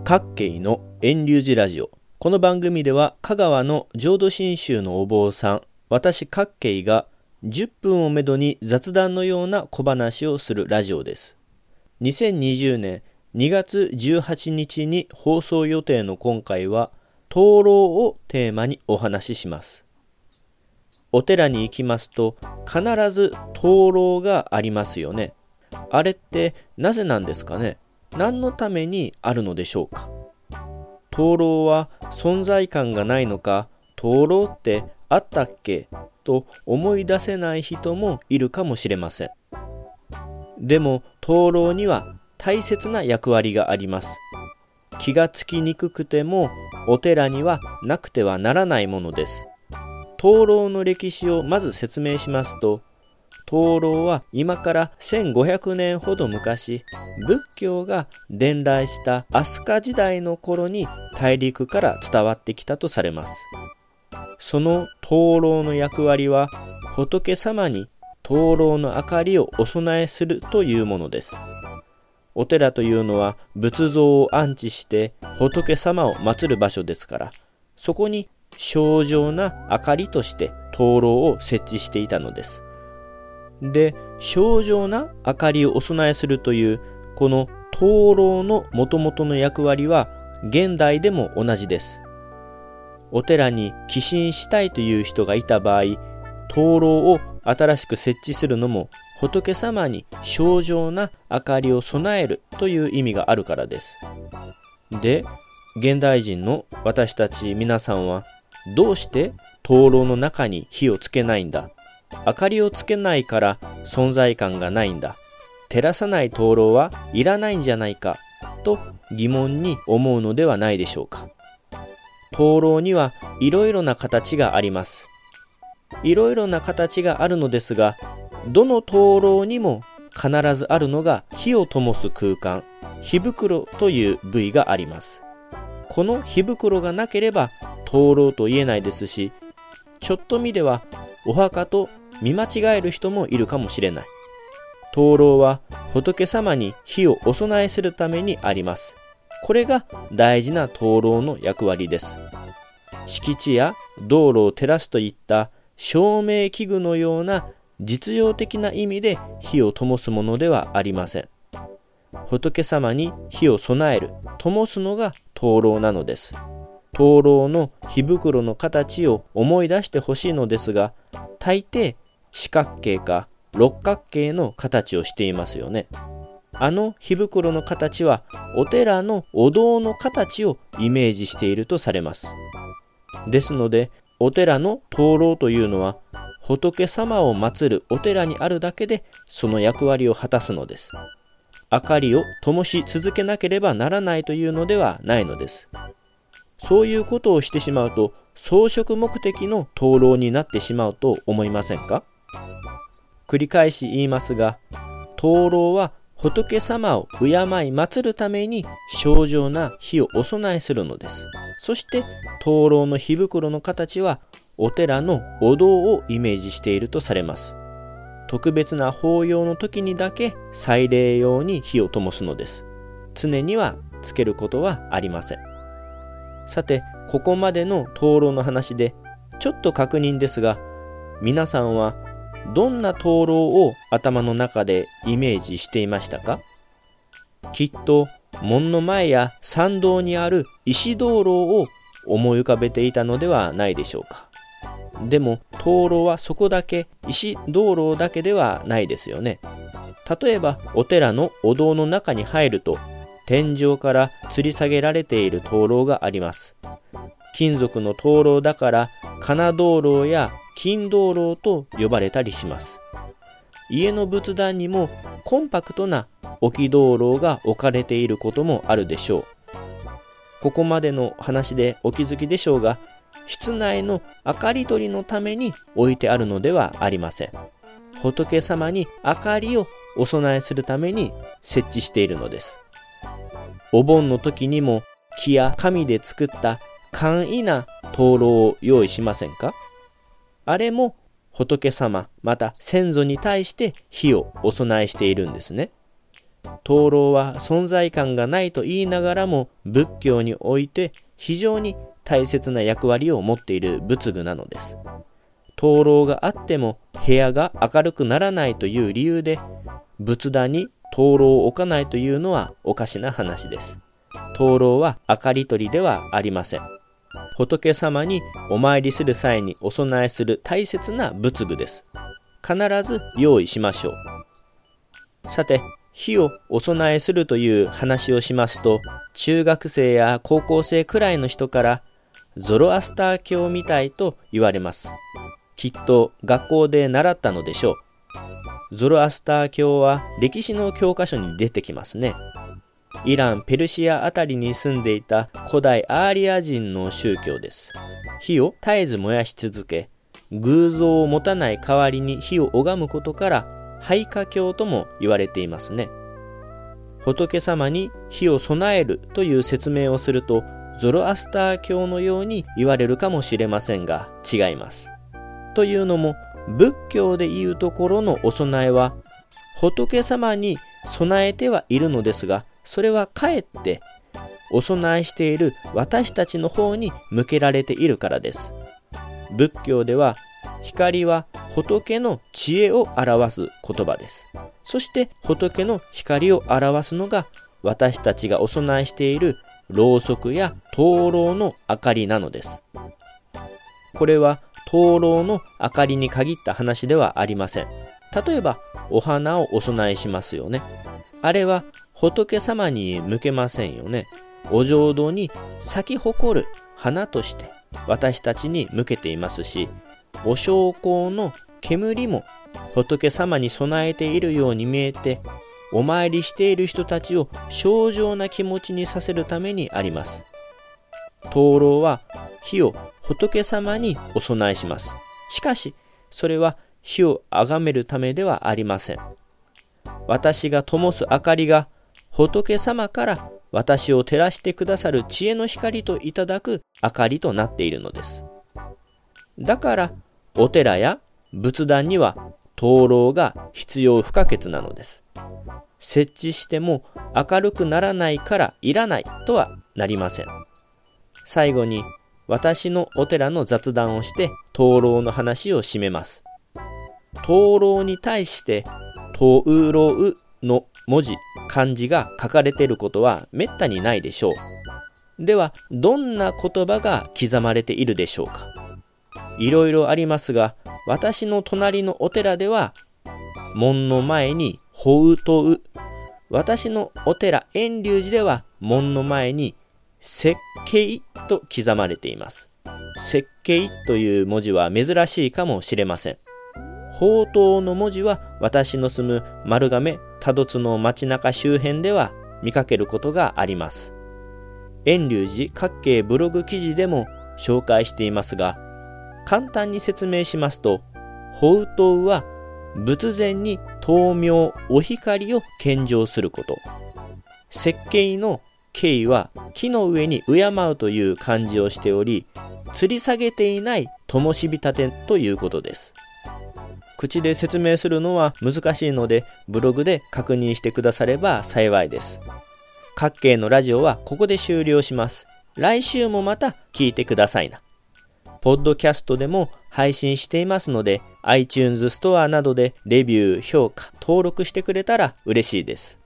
各系の遠流寺ラジオ。この番組では香川の浄土真宗のお坊さん、私各系が10分をめどに雑談のような小話をするラジオです。2020年2月18日に放送予定の今回は灯籠をテーマにお話しします。お寺に行きますと必ず灯籠がありますよね。あれってなぜなんですかね。何のためにあるのでしょうか。灯籠は存在感がないのか、灯籠ってあったっけと思い出せない人もいるかもしれません。でも灯籠には大切な役割があります。気がつきにくくてもお寺にはなくてはならないものです。灯籠の歴史をまず説明しますと、灯籠は今から1500年ほど昔、仏教が伝来した飛鳥時代の頃に大陸から伝わってきたとされます。その灯籠の役割は仏様に灯籠の明かりをお供えするというものです。お寺というのは仏像を安置して仏様を祀る場所ですから、そこに清浄な明かりとして灯籠を設置していたのです。で、清浄な明かりをお供えするというこの灯籠の元々の役割は現代でも同じです。お寺に寄進したいという人がいた場合、灯籠を新しく設置するのも仏様に清浄な明かりを備えるという意味があるからです。で、現代人の私たち皆さんはどうして灯籠の中に火をつけないんだ、明かりをつけないから存在感がないんだ、照らさない灯籠はいらないんじゃないかと疑問に思うのではないでしょうか。灯籠にはいろいろな形があります。いろいろな形があるのですが、どの灯籠にも必ずあるのが火を灯す空間、火袋という部位があります。この火袋がなければ灯籠と言えないですし、ちょっと見ではお墓と見間違える人もいるかもしれない。灯籠は仏様に火をお供えするためにあります。これが大事な灯籠の役割です。敷地や道路を照らすといった照明器具のような実用的な意味で火を灯すものではありません。仏様に火を備える、灯すのが灯籠なのです。灯籠の火袋の形を思い出してほしいのですが、大抵四角形か六角形の形をしていますよね。あの火袋の形はお寺のお堂の形をイメージしているとされます。ですので、お寺の灯籠というのは仏様を祀るお寺にあるだけでその役割を果たすのです。明かりを灯し続けなければならないというのではないのです。そういうことをしてしまうと装飾目的の灯籠になってしまうと思いませんか？繰り返し言いますが、灯籠は仏様を敬い祀るために清浄な火をお供えするのです。そして灯籠の火袋の形はお寺のお堂をイメージしているとされます。特別な法要の時にだけ祭礼用に火を灯すのです。常にはつけることはありません。さて、ここまでの灯籠の話でちょっと確認ですが、皆さんはどんな灯籠を頭の中でイメージしていましたか？きっと門の前や参道にある石灯籠を思い浮かべていたのではないでしょうか。でも灯籠はそこだけ、石灯籠だけではないですよね。例えばお寺のお堂の中に入ると天井から吊り下げられている灯籠があります。金属の灯籠だから金灯籠や金灯籠と呼ばれたりします。家の仏壇にもコンパクトな置き灯籠が置かれていることもあるでしょう。ここまでの話でお気づきでしょうが、室内の明かり取りのために置いてあるのではありません。仏様に明かりをお供えするために設置しているのです。お盆の時にも木や紙で作った簡易な灯籠を用意しませんか？あれも仏様また先祖に対して火をお供えしているんですね。 灯籠は存在感がないと言いながらも仏教において非常に大切な役割を持っている仏具なのです。灯籠があっても部屋が明るくならないという理由で仏壇に灯籠を置かないというのはおかしな話です。灯籠は明かり取りではありません。仏様にお参りする際にお供えする大切な仏具です。必ず用意しましょう。さて、火をお供えするという話をしますと、中学生や高校生くらいの人からゾロアスター教みたいと言われます。きっと学校で習ったのでしょう。ゾロアスター教は歴史の教科書に出てきますね。イラン・ペルシアあたりに住んでいた古代アーリア人の宗教です。火を絶えず燃やし続け、偶像を持たない代わりに火を拝むことから拝火教とも言われていますね。仏様に火を備えるという説明をするとゾロアスター教のように言われるかもしれませんが違います。というのも仏教でいうところのお供えは仏様に備えてはいるのですが、それはかえってお供えしている私たちの方に向けられているからです。仏教では光は仏の知恵を表す言葉です。そして仏の光を表すのが私たちがお供えしているろうそくや灯籠の明かりなのです。これは灯籠の明かりに限った話ではありません。例えばお花をお供えしますよね。あれは仏様に向けませんよね。お浄土に咲き誇る花として私たちに向けていますし、お焼香の煙も仏様に備えているように見えて、お参りしている人たちを清浄な気持ちにさせるためにあります。灯籠は火を仏様にお供えします。しかしそれは火を崇めるためではありません。私が灯す明かりが仏様から私を照らしてくださる知恵の光といただく明かりとなっているのです。だからお寺や仏壇には灯籠が必要不可欠なのです。設置しても明るくならないからいらないとはなりません。最後に私のお寺の雑談をして灯籠の話を締めます。灯籠に対して灯籠の文字、漢字が書かれていることはめったにないでしょう。ではどんな言葉が刻まれているでしょうか。いろいろありますが、私の隣のお寺では門の前にほうとう、私のお寺遠隆寺では門の前に設計と刻まれています。設計という文字は珍しいかもしれません。ほうとうの文字は私の住む丸亀多度津の街中周辺では見かけることがあります。遠隆寺各系ブログ記事でも紹介していますが、簡単に説明しますと、ほうとうは仏前に灯明お光を献上すること。設計の敬は木の上に敬うという漢字をしており、吊り下げていない灯火立てということです。口で説明するのは難しいので、ブログで確認してくだされば幸いです。各系のラジオはここで終了します。来週もまた聞いてくださいな。ポッドキャストでも配信していますので、iTunes ストアなどでレビュー、評価、登録してくれたら嬉しいです。